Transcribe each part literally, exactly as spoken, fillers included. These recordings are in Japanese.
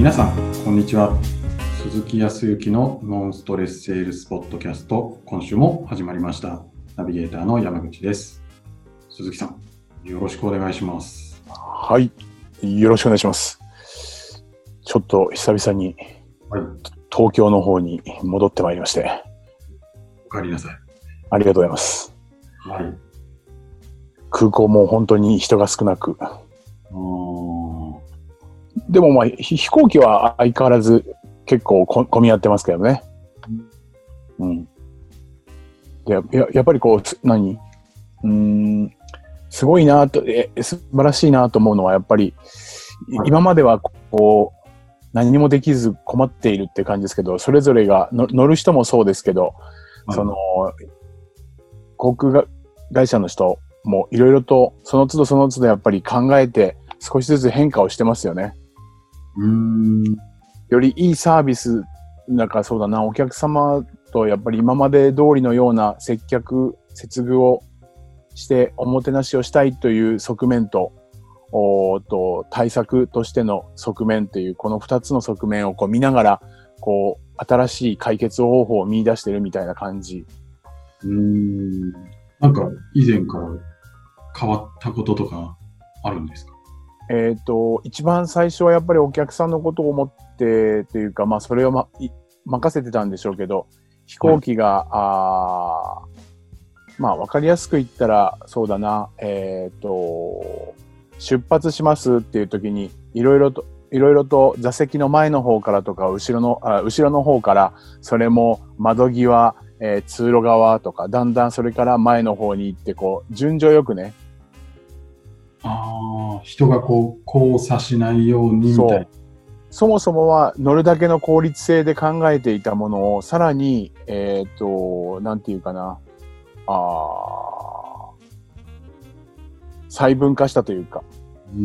皆さんこんにちは。鈴木康之のノンストレスセールスポッドキャスト、今週も始まりました。ナビゲーターの山口です。鈴木さん、よろしくお願いします。 はい、よろしくお願いします。ちょっと久々に東京の方に戻ってまいりまして、 お帰りなさい。 ありがとうございます。 はい。 空港も本当に人が少なく、 あーでもまあ飛行機は相変わらず結構こ混み合ってますけどね。うん。でやややっぱりこう何うーんすごいなとえ素晴らしいなと思うのはやっぱり、はい、今まではこう何もできず困っているって感じですけど、それぞれがの乗る人もそうですけど、はい、その航空会社の人もいろいろとその都度その都度やっぱり考えて少しずつ変化をしてますよね。 うーんよりいいサービスなんかそうだな、お客様とやっぱり今まで通りのような接客接遇をしておもてなしをしたいという側面と、おと対策としての側面というこの二つの側面をこう見ながらこう新しい解決方法を見出してるみたいな感じ。 うーんなんか以前から変わったこととかあるんですか？ えっと、一番最初はやっぱりお客さんのことを思ってというか、まあそれを、ま、任せてたんでしょうけど、飛行機が、はい、あまあわかりやすく言ったら、そうだな、えっと、出発しますっていう時に、いろいろと、いろいろと座席の前の方からとか、後ろの、あ後ろの方から、それも窓際、えー、通路側とか、だんだんそれから前の方に行って、こう、順序よくね、 ああ、人がこう交差しないようにみたいな。そう。 そもそもは乗るだけの効率性で考えていたものをさらに、えっと、なんていうかな、あ細分化したというか。 うん。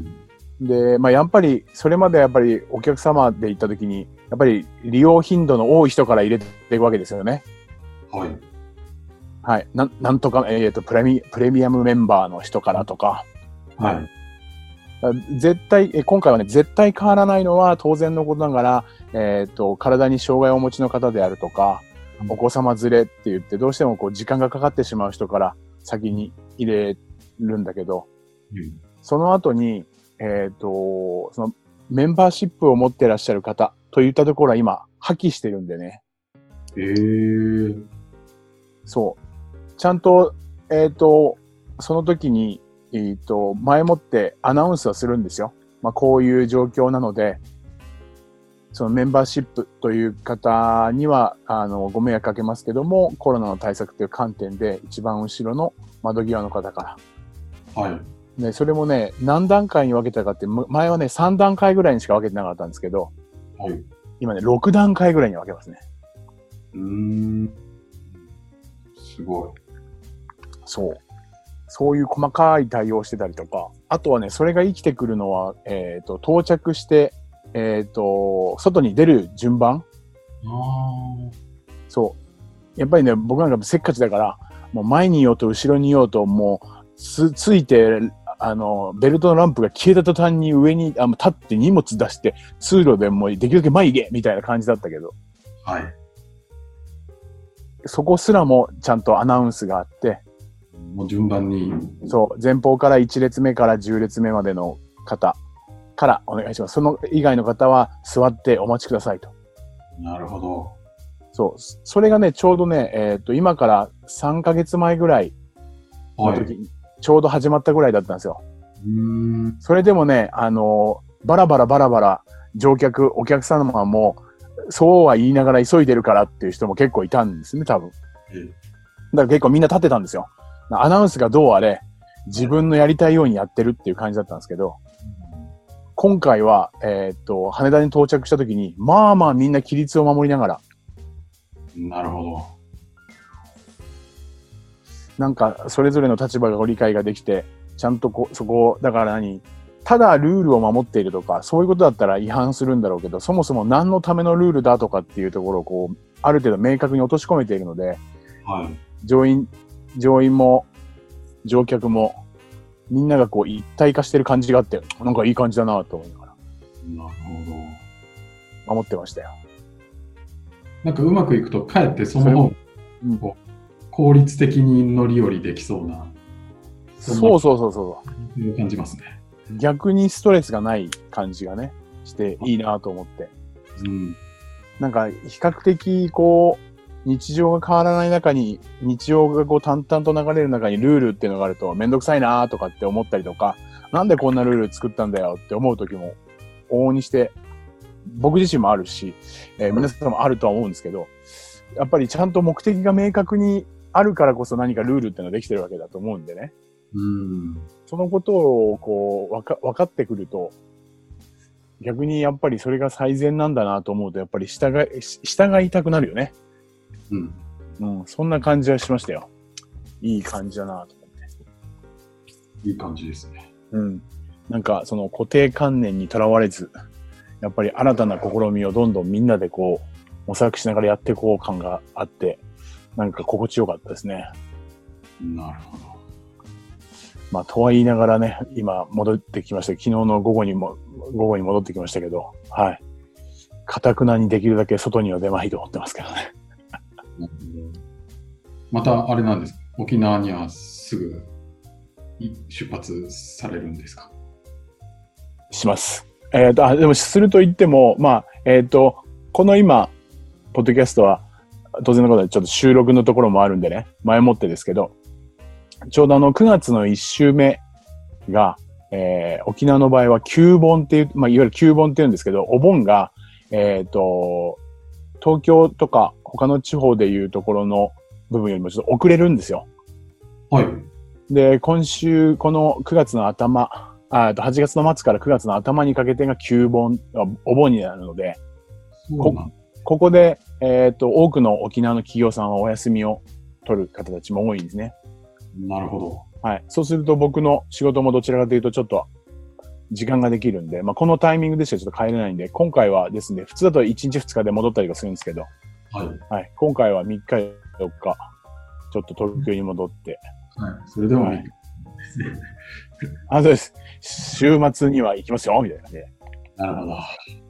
で、まあやっぱりそれまでやっぱりお客様で行った時にやっぱり利用頻度の多い人から入れていくわけですよね。 はい。 はい。な、なんとか、えっと、プレミ、プレミアムメンバーの人からとか。 はい。 絶対、え今回はね、絶対変わらないのは当然のことながら、えっと、体に障害をお持ちの方であるとか、うん、お子様連れって言って、どうしてもこう時間がかかってしまう人から先に入れるんだけど、うん、その後に、えっと、そのメンバーシップを持っていらっしゃる方といったところは今、破棄してるんでね。 へー。 そう。ちゃんと、えっと、その時に、えっと、前もってアナウンスはするんですよ。まあ、こういう状況なので、そのメンバーシップという方には、あの、ご迷惑かけますけども、コロナの対策という観点で、一番後ろの窓際の方から。 はい。 ね、それもね、何段階に分けたかって、前はね、さん段階ぐらいにしか分けてなかったんですけど、 はい。 今ね、ろく段階ぐらいに分けますね。 うーん。すごい。 そう。そういう細かい対応をしてたりとか、あとはね、それが生きてくるのは、えっと、到着して、えっと、外に出る順番。 あそう。やっぱりね、僕なんかせっかちだから、もう前にいようと後ろにいようと、もう、つ、ついて、あの、ベルトのランプが消えた途端に上にあ立って荷物出して、通路でもうできるだけ前行けみたいな感じだったけど。 はい。 そこすらもちゃんとアナウンスがあって、 もう順番に。 そう。前方からいち列目からじゅう列目までの方からお願いします。その以外の方は座ってお待ちくださいと。 なるほど。 そう。それがね、ちょうどね、えっと、今からさんかげつまえぐらいの時に、はい、ちょうど始まったぐらいだったんですよ。 うーん。 それでもね、あの、バラバラバラバラ乗客、お客様も、そうは言いながら急いでるからっていう人も結構いたんですね、多分。 ええ、 だから結構みんな立ってたんですよ。アナウンスがどうあれ、自分のやりたいようにやってるっていう感じだったんですけど、今回は、えー、っと、羽田に到着した時に、まあまあみんな規律を守りながら。 なるほど。 なんか、それぞれの立場がご理解ができて、ちゃんとこそこを、だから何、ただルールを守っているとか、そういうことだったら違反するんだろうけど、そもそも何のためのルールだとかっていうところをこう、ある程度明確に落とし込めているので、 はい。 乗員、乗員も乗客もみんながこう一体化してる感じがあって、なんかいい感じだなと思いながら。 なるほど。 守ってましたよ。 なんかうまくいくと、かえってその方、うん、こう効率的に乗り降りできそうな。 そそうそうそうそう。 いう感じますね。 逆にストレスがない感じがね、していいなと思って。 うん、 なんか、比較的、こう、日常が変わらない中に、日常がこう淡々と流れる中にルールっていうのがあるとめんどくさいなとかって思ったりとか、なんでこんなルール作ったんだよって思う時も往々にして僕自身もあるし、えー、皆さんもあるとは思うんですけど、やっぱりちゃんと目的が明確にあるからこそ何かルールっていうのができてるわけだと思うんでね。 うん、 そのことをこうわか分かってくると、逆にやっぱりそれが最善なんだなと思うと、やっぱり従い従いたくなるよね。うん、うん、そんな感じはしましたよ。いい感じだなと思って。 いい感じですね。 うん。なんかその固定観念にとらわれず、やっぱり新たな試みをどんどんみんなでこう模索しながらやっていこう感があって、なんか心地よかったですね。 なるほど。 まあとは言いながらね、今戻ってきました。昨日の午後にも午後に戻ってきましたけど、はい。堅くなにできるだけ外には出まいと思ってますけどね。 またあれなんですか、沖縄にはすぐ出発されるんですか？ します。えっと、あ、でもすると言っても、まあ、えっと、この今、ポッドキャストは当然のことでちょっと収録のところもあるんでね、前もってですけど、ちょうどあのくがつのいっ週目が、えー、沖縄の場合は旧盆っていう、まあ、いわゆる旧盆っていうんですけど、お盆が、えっと、東京とか他の地方でいうところの部分よりもちょっと遅れるんですよ。 はい。で、 今週、このくがつの頭、あとはちがつの末からくがつの頭にかけてが旧盆、お盆になるので、こ, ここで、えっと、多くの沖縄の企業さんはお休みを取る方たちも多いんですね。 なるほど。 はい。そうすると僕の仕事もどちらかというとちょっと時間ができるんで、まあ、このタイミングでしかちょっと帰れないんで、今回はですね、普通だといちにちふつかで戻ったりはするんですけど、 はい。 はい。今回はみっかよっか、ちょっと東京に戻って。 はい。それでも、はい、 あ、そうです。週末には行きますよ、みたいなね。 なるほど。はい。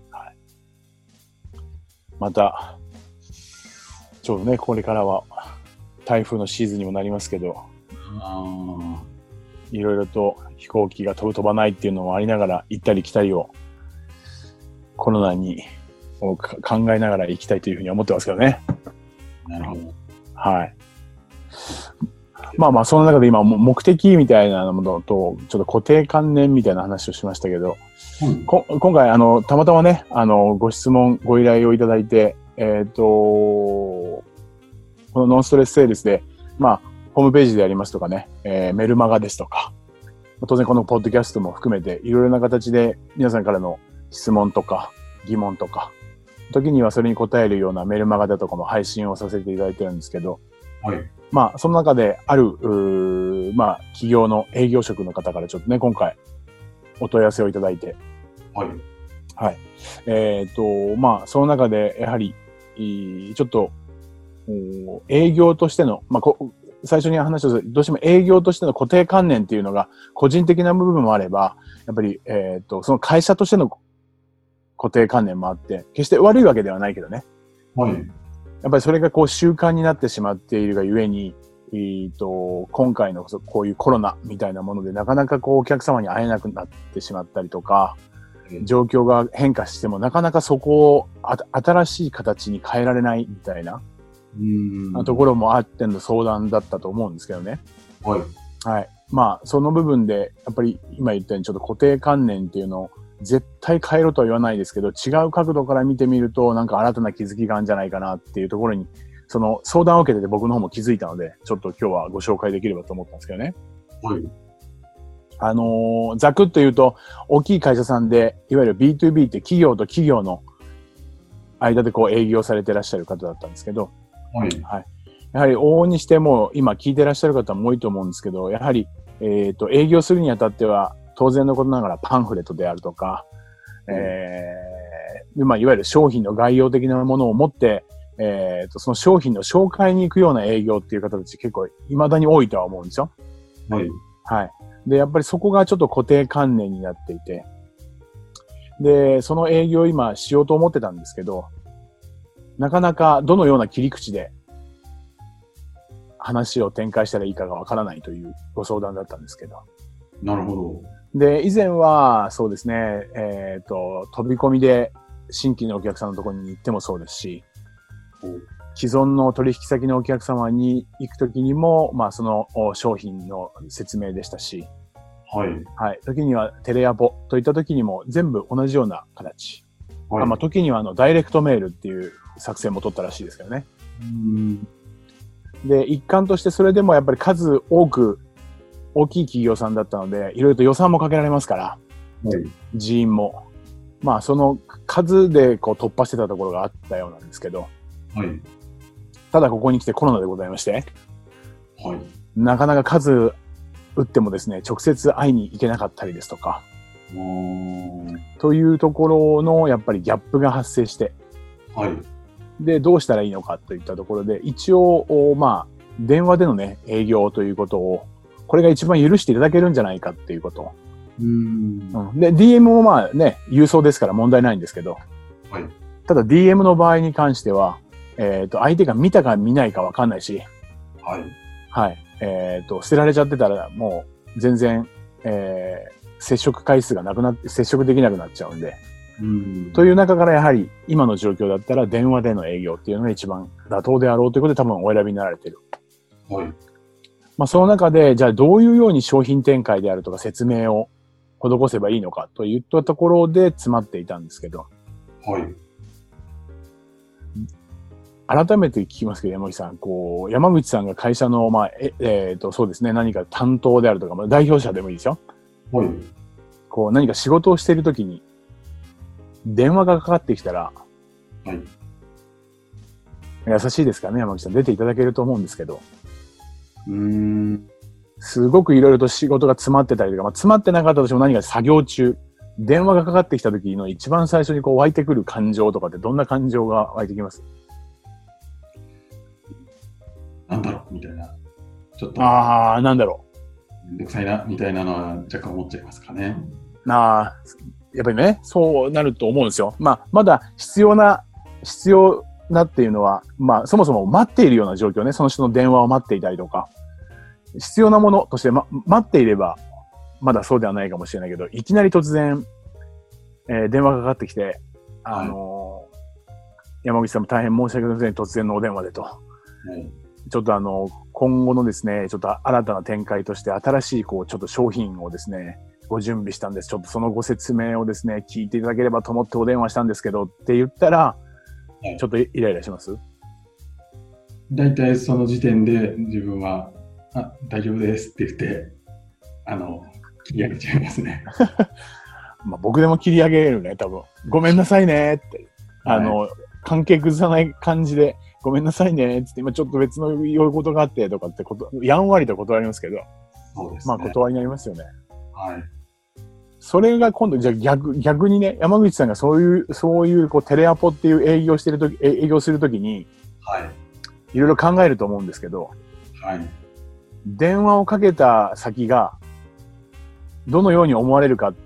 また、ちょうどね、これからは台風のシーズンにもなりますけど、あいろいろと飛行機が飛ぶ飛ばないっていうのもありながら、行ったり来たりをコロナにを考えながら行きたいというふうに思ってますけどね。 なるほど。 はい。まあまあ、その中で今、目的みたいなものと、ちょっと固定観念みたいな話をしましたけど、うん、こ今回、あの、たまたまね、あの、ご質問、ご依頼をいただいて、えっと、このノンストレスセールスで、まあ、ホームページでありますとかね、えー、メルマガですとか、当然このポッドキャストも含めて、いろいろな形で皆さんからの質問とか疑問とか、時にはそれに答えるようなメルマガだとかも配信をさせていただいてるんですけど、はい。まあ、その中である、まあ、企業の営業職の方からちょっとね、今回お問い合わせをいただいて、はい。はい。えっと、まあ、その中でやはり、ちょっと、営業としての、まあ、こ最初に話をする、どうしても営業としての固定観念っていうのが個人的な部分もあれば、やっぱり、えっと、その会社としての固定観念もあって、決して悪いわけではないけどね。はい。やっぱりそれがこう習慣になってしまっているがゆえに、えー、と今回のこういうコロナみたいなものでなかなかこうお客様に会えなくなってしまったりとか、状況が変化してもなかなかそこをあ新しい形に変えられないみたいなうんところもあっての相談だったと思うんですけどね。はい。はい。まあその部分でやっぱり今言ったようにちょっと固定観念っていうのを絶対変えろとは言わないですけど、違う角度から見てみると、なんか新たな気づきがあるんじゃないかなっていうところに、その相談を受けてて僕の方も気づいたので、ちょっと今日はご紹介できればと思ったんですけどね。はい。あのー、ざくっと言うと、大きい会社さんで、いわゆる ビーツービー って企業と企業の間でこう営業されてらっしゃる方だったんですけど、はい。はい。やはり往々にしても、今聞いてらっしゃる方も多いと思うんですけど、やはり、えっと、営業するにあたっては、当然のことながらパンフレットであるとか、うん、えー、まあ、いわゆる商品の概要的なものを持って、えーと、その商品の紹介に行くような営業っていう方たち結構未だに多いとは思うんですよ。はい。はい。で、やっぱりそこがちょっと固定観念になっていて、 で、その営業を今しようと思ってたんですけど、なかなかどのような切り口で話を展開したらいいかがわからないというご相談だったんですけど。 なるほど。 で、以前はそうですね、えっと、飛び込みで新規のお客さんのところに行ってもそうですし、既存の取引先のお客様に行くときにも、まあその商品の説明でしたし、 はい。 はい。時にはテレアポといったときにも全部同じような形。 はい。 あまあ時にはあのダイレクトメールっていう作戦も取ったらしいですけどね。 うん。 で、一環としてそれでもやっぱり数多く大きい企業さんだったので、いろいろと予算もかけられますから、 はい。 人員も。まあその数でこう突破してたところがあったようなんですけど、 はい。 ただここに来てコロナでございまして、 はい。 なかなか数打ってもですね、直接会いに行けなかったりですとか、というところのやっぱりギャップが発生して、 はい。 で、どうしたらいいのかといったところで、一応、まあ、電話でのね、営業ということを、これが一番許していただけるんじゃないかっていうこと。 うん。 うん、で、ディーエム もまあね、郵送ですから問題ないんですけど、 はい。 ただ ディーエム の場合に関しては、えっと、相手が見たか見ないかわかんないし、 はい。 はい。えっと、捨てられちゃってたら、もう、全然、えー、接触回数がなくなって、接触できなくなっちゃうんで、 うん。 という中からやはり、今の状況だったら電話での営業っていうのが一番妥当であろうということで多分お選びになられている。 はい。 まあ、その中で、じゃあどういうように商品展開であるとか説明を施せばいいのかといったところで詰まっていたんですけど、 はい。 改めて聞きますけど、山口さん、こう、山口さんが会社の、まあ、え、えーと、そうですね、何か担当であるとか、まあ、代表者でもいいですよ。 はい。 こう、何か仕事をしているときに、電話がかかってきたら、 はい。 優しいですかね、山口さん。出ていただけると思うんですけど、 うーん。 すごくいろいろと仕事が詰まってたりとか、まあ、詰まってなかったとしても何か作業中、電話がかかってきた時の一番最初にこう湧いてくる感情とかってどんな感情が湧いてきます？ なんだろうみたいな。ちょっと、 ああ、なんだろめんどくさいな、みたいなのは若干思っちゃいますかね。 う。なあ、やっぱりね、そうなると思うんですよ。まあ、まだ必要な、必要なっていうのは、まあ、そもそも待っているような状況ね、その人の電話を待っていたりとか、必要なものとして、ま、待っていれば、まだそうではないかもしれないけど、いきなり突然、えー、電話がかかってきて、あのーはい、山口さんも大変申し訳ございません、突然のお電話でと。はい、ちょっとあの、今後のですね、ちょっと新たな展開として新しい、こう、ちょっと商品をですね、ご準備したんです。ちょっとそのご説明をですね、聞いていただければと思ってお電話したんですけどって言ったら、はい、ちょっとイライラします？ 大体その時点で自分は、あ、大丈夫ですって言って、あの、切り上げちゃいますね。 まあ僕でも切り上げるね、多分。ごめんなさいねって。あの、はい、関係崩さない感じで、ごめんなさいねって、今ちょっと別の言うことがあってとかってこと、やんわりと断りますけど。 そうですね。 まあ断りになりますよね。 はい。 それが今度、じゃあ逆、逆にね、山口さんがそういう、そういう、こう、テレアポっていう営業してるとき、営業するときに、 はい。 いろいろ考えると思うんですけど、 はい。 電話をかけた先が、どのように思われるかって、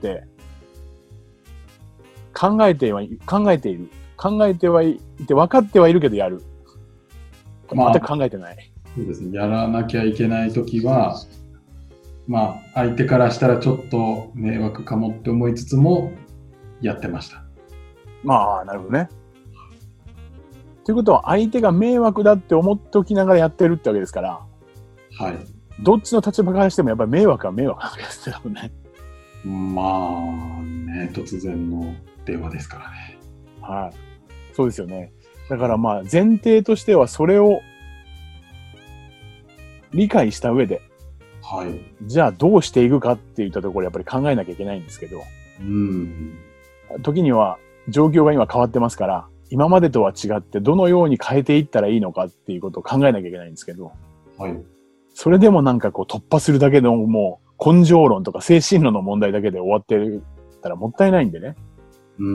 考えてはい、考えている。考えてはいて、分かってはいるけどやる。また考えてない。 そうですね。やらなきゃいけないときは、まあ、相手からしたらちょっと迷惑かもって思いつつも、やってました。 まあ、なるほどね。ということは、相手が迷惑だって思っておきながらやってるってわけですから、 はい。 どっちの立場からしてもやっぱり迷惑は迷惑なわけですよね。 まあね、突然の電話ですからね。 はい。そうですよね。だからまあ、前提としてはそれを理解した上で、 はい。 じゃあどうしていくかっていったところやっぱり考えなきゃいけないんですけど、 うん。 時には状況が今変わってますから、今までとは違ってどのように変えていったらいいのかっていうことを考えなきゃいけないんですけど、 はい。 それでもなんかこう突破するだけのもう根性論とか精神論の問題だけで終わってるったらもったいないんでね。 うん。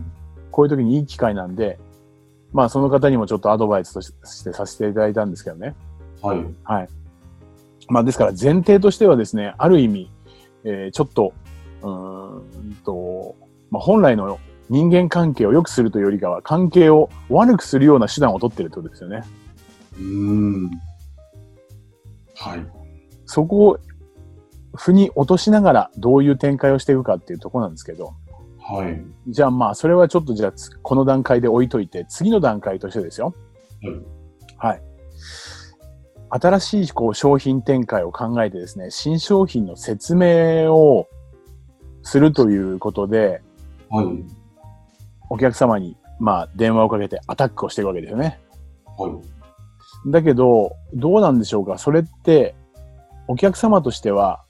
こういう時にいい機会なんで、まあその方にもちょっとアドバイスとしてさせていただいたんですけどね。 はい。 はい。まあですから前提としてはですね、ある意味、えー、ちょっと、うーんと、 まあ、本来の人間関係を良くするというよりかは、関係を悪くするような手段を取ってるってことですよね。 うーん。はい。 そこを腑に落としながらどういう展開をしていくかっていうところなんですけど、 はい。 じゃあまあそれはちょっとじゃあこの段階で置いといて、次の段階としてですよ。はい。はい。新しいこう商品展開を考えてですね、新商品の説明をするということで、 はい。 お客様にまあ電話をかけてアタックをしていくわけですよね。 はい。 だけど、どうなんでしょうか。それって、お客様としては、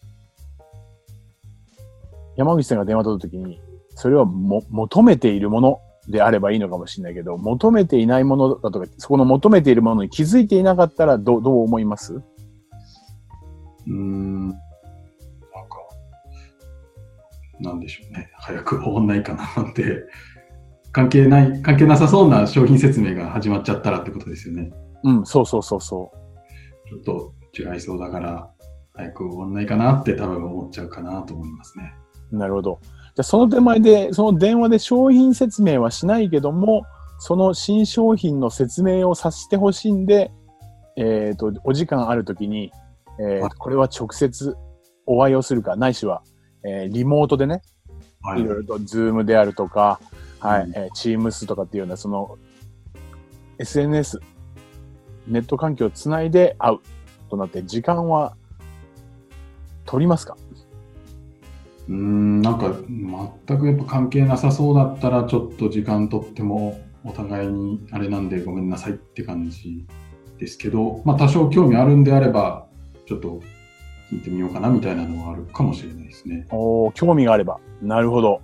山口さんが電話取った時に、それはも求めているものであればいいのかもしれないけど、求めていないものだとか、そこの求めているものに気づいていなかったらどう、どう思います？ うーん。なんか、なんでしょうね。早く終わんないかなって。関係ない、関係なさそうな商品説明が始まっちゃったらってことですよね。 うん、そうそうそうそう。 ちょっと違いそうだから、早く終わんないかなって多分思っちゃうかなと思いますね。 なるほど。じゃあその手前で、その電話で商品説明はしないけども、その新商品の説明をさせてほしいんで、えっと、お時間あるときに、えー、これは直接お会いをするか、ないしは、えー、リモートでね、はい、いろいろとズームであるとか、はい、うん、えー、チームスとかっていうような、その、エスエヌエス、ネット環境をつないで会うとなって、時間は取りますか？ うーん、なんか全くやっぱ関係なさそうだったらちょっと時間取ってもお互いにあれなんでごめんなさいって感じですけど、まあ多少興味あるんであればちょっと聞いてみようかなみたいなのはあるかもしれないですね。 おー、興味があれば。なるほど。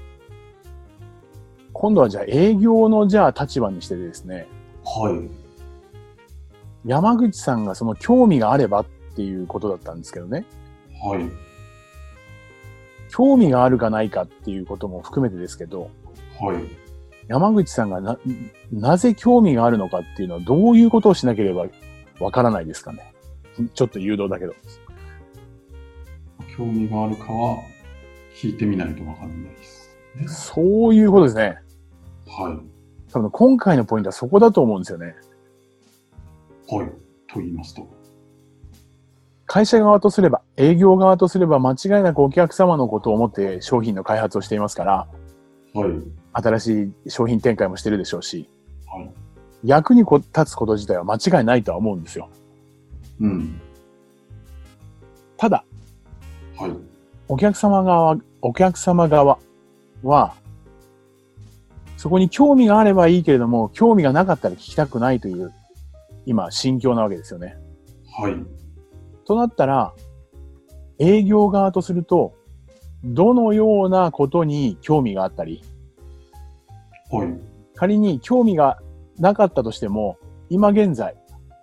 今度はじゃあ営業のじゃあ立場にしてですね。 はい。 山口さんがその興味があればっていうことだったんですけどね。 はい。 興味があるかないかっていうことも含めてですけど、 はい。 山口さんがな、なぜ興味があるのかっていうのはどういうことをしなければわからないですかね。ちょっと誘導だけど。 興味があるかは聞いてみないとわかんないですね。 そういうことですね。 はい。 多分今回のポイントはそこだと思うんですよね。 はい。と言いますと。 会社側とすれば、営業側とすれば間違いなくお客様のことを思って商品の開発をしていますから、 はい。 新しい商品展開もしてるでしょうし、 はい。 役に立つこと自体は間違いないとは思うんですよ。 うん。 ただ、 はい。 お客様側、お客様側は、そこに興味があればいいけれども、興味がなかったら聞きたくないという、今、心境なわけですよね。 はい。 となったら、営業側とすると、どのようなことに興味があったり、 はい。 仮に興味がなかったとしても、今現在、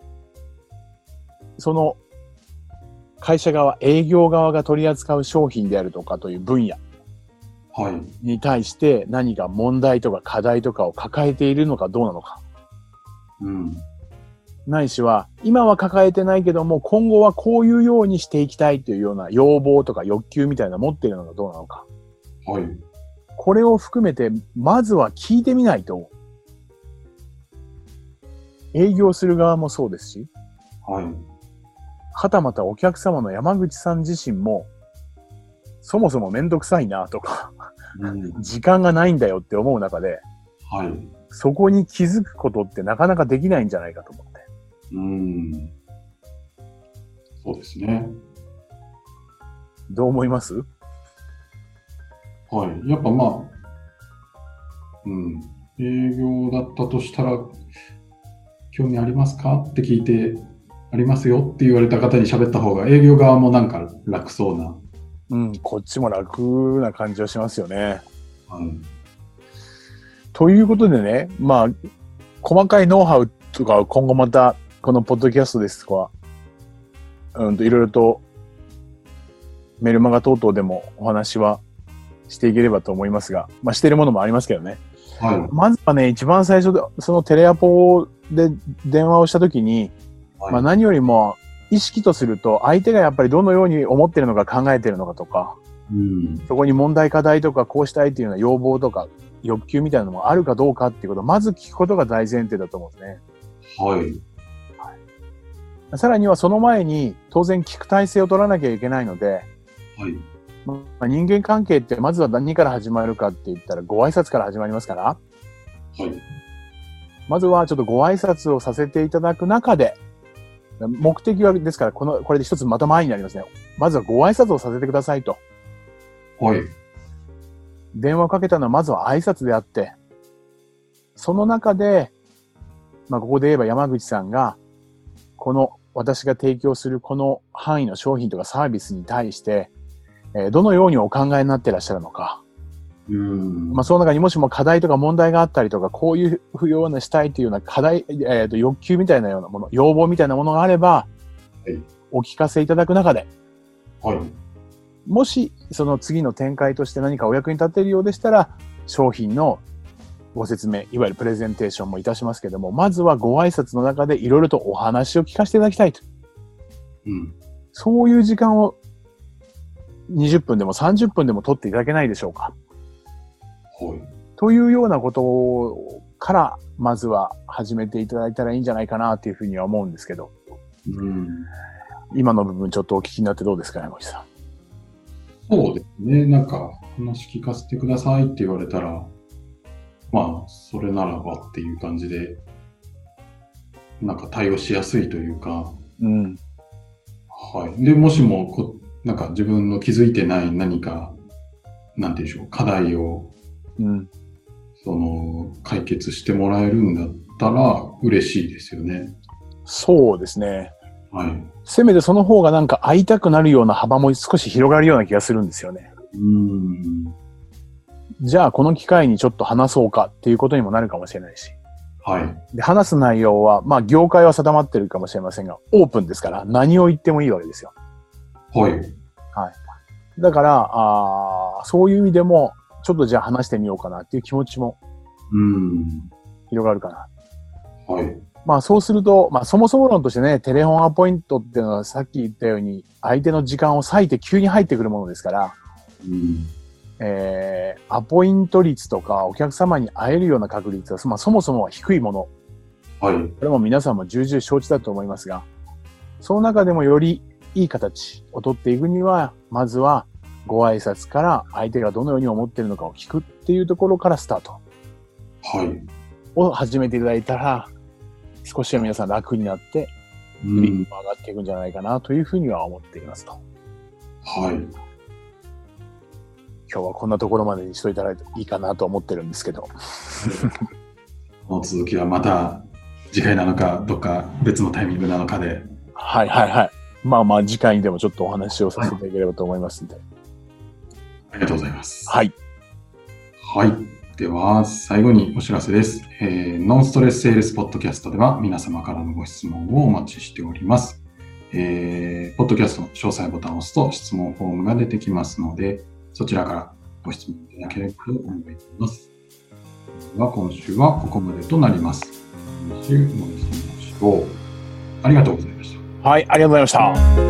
その会社側、営業側が取り扱う商品であるとかという分野に対して何か問題とか課題とかを抱えているのかどうなのか。 うん。 ないしは、今は抱えてないけども、今後はこういうようにしていきたいというような要望とか欲求みたいなの持っているのがどうなのか。 はい。 これを含めて、まずは聞いてみないと、営業する側もそうですし、 はい。 はたまたお客様の山口さん自身も、そもそもめんどくさいなとか、うん、時間がないんだよって思う中で、 はい。 そこに気づくことってなかなかできないんじゃないかと思って。 うーん。そうですね。 どう思います？ はい。やっぱまあ、うん。営業だったとしたら、興味ありますかって聞いて、ありますよって言われた方に喋った方が、営業側もなんか楽そうな。 うん、こっちも楽な感じはしますよね。 うん。 ということでね、まあ、細かいノウハウとか今後また、このポッドキャストですとか、うんといろいろとメルマガ等々でもお話はしていければと思いますが、まあしているものもありますけどね。 はい。 まずはね、一番最初で、そのテレアポで電話をしたときに、はい、まあ何よりも意識とすると、相手がやっぱりどのように思っているのか考えているのかとか、 うん、 そこに問題課題とかこうしたいというような要望とか欲求みたいなのもあるかどうかっていうことをまず聞くことが大前提だと思うんですね。 はい。 はい、さらにはその前に当然聞く体制を取らなきゃいけないので、 はい。 まあ、人間関係ってまずは何から始まるかって言ったらご挨拶から始まりますから、はい。まずはちょっとご挨拶をさせていただく中で、目的はですから、この、これで一つまた前になりますね。まずはご挨拶をさせてくださいと。 はい。 電話をかけたのはまずは挨拶であって、その中で、まあここで言えば山口さんが、この私が提供するこの範囲の商品とかサービスに対して、えー、どのようにお考えになっていらっしゃるのか。 うん。 まあその中にもしも課題とか問題があったりとか、こういう不要なしたいというような課題、えー、と欲求みたいなようなもの、要望みたいなものがあれば、はい、お聞かせいただく中で、 はい。 もしその次の展開として何かお役に立てるようでしたら、商品のご説明、いわゆるプレゼンテーションもいたしますけども、まずはご挨拶の中でいろいろとお話を聞かせていただきたいと。 うん。そういう時間をにじゅっぷんでもさんじゅっぷんでも取っていただけないでしょうか。 はい。 というようなことから、まずは始めていただいたらいいんじゃないかなというふうには思うんですけど。 うん。 今の部分ちょっとお聞きになってどうですか、山口さん。 そうですね。なんか、話聞かせてくださいって言われたら、まあ、それならばっていう感じで、なんか対応しやすいというか、 うん。 はい。で、もしもこ、なんか自分の気づいてない何か、なんていうんでしょう、課題を、 うん。 その、解決してもらえるんだったら嬉しいですよね。 そうですね。 はい。 せめてその方がなんか会いたくなるような幅も少し広がるような気がするんですよね。 うーん。 じゃあこの機会にちょっと話そうかっていうことにもなるかもしれないし。 はい。 で、話す内容は、まあ業界は定まってるかもしれませんが、オープンですから何を言ってもいいわけですよ。 はい。 はい。だから、あそういう意味でも、ちょっとじゃあ話してみようかなっていう気持ちも、 うん。 広がるかな。 はい。 まあそうすると、まあそもそも論としてね、テレフォンアポイントっていうのはさっき言ったように、相手の時間を割いて急に入ってくるものですから、 うん、 えー、アポイント率とかお客様に会えるような確率は、まあそもそもは低いもの。 はい。 これも皆さんも重々承知だと思いますが、その中でもよりいい形を取っていくには、まずはご挨拶から相手がどのように思っているのかを聞くっていうところからスタート。 はい。 を始めていただいたら、少しは皆さん楽になって、リーグも上がっていくんじゃないかなというふうには思っていますと。 はい。 今日はこんなところまでにしといたらいいかなと思ってるんですけど。 この続きはまた次回なのか、どっか別のタイミングなのかで。 はいはいはい。まあまあ次回にでもちょっとお話をさせていただければと思いますので。 ありがとうございます。 はい。 はい。では、最後にお知らせです。えー、ノンストレスセールスポッドキャストでは皆様からのご質問をお待ちしております。えー、ポッドキャストの詳細ボタンを押すと質問フォームが出てきますので、そちらからご質問いただければと思います。では、今週はここまでとなります。今週お会いしましょう。ありがとうございました。 はい、ありがとうございました。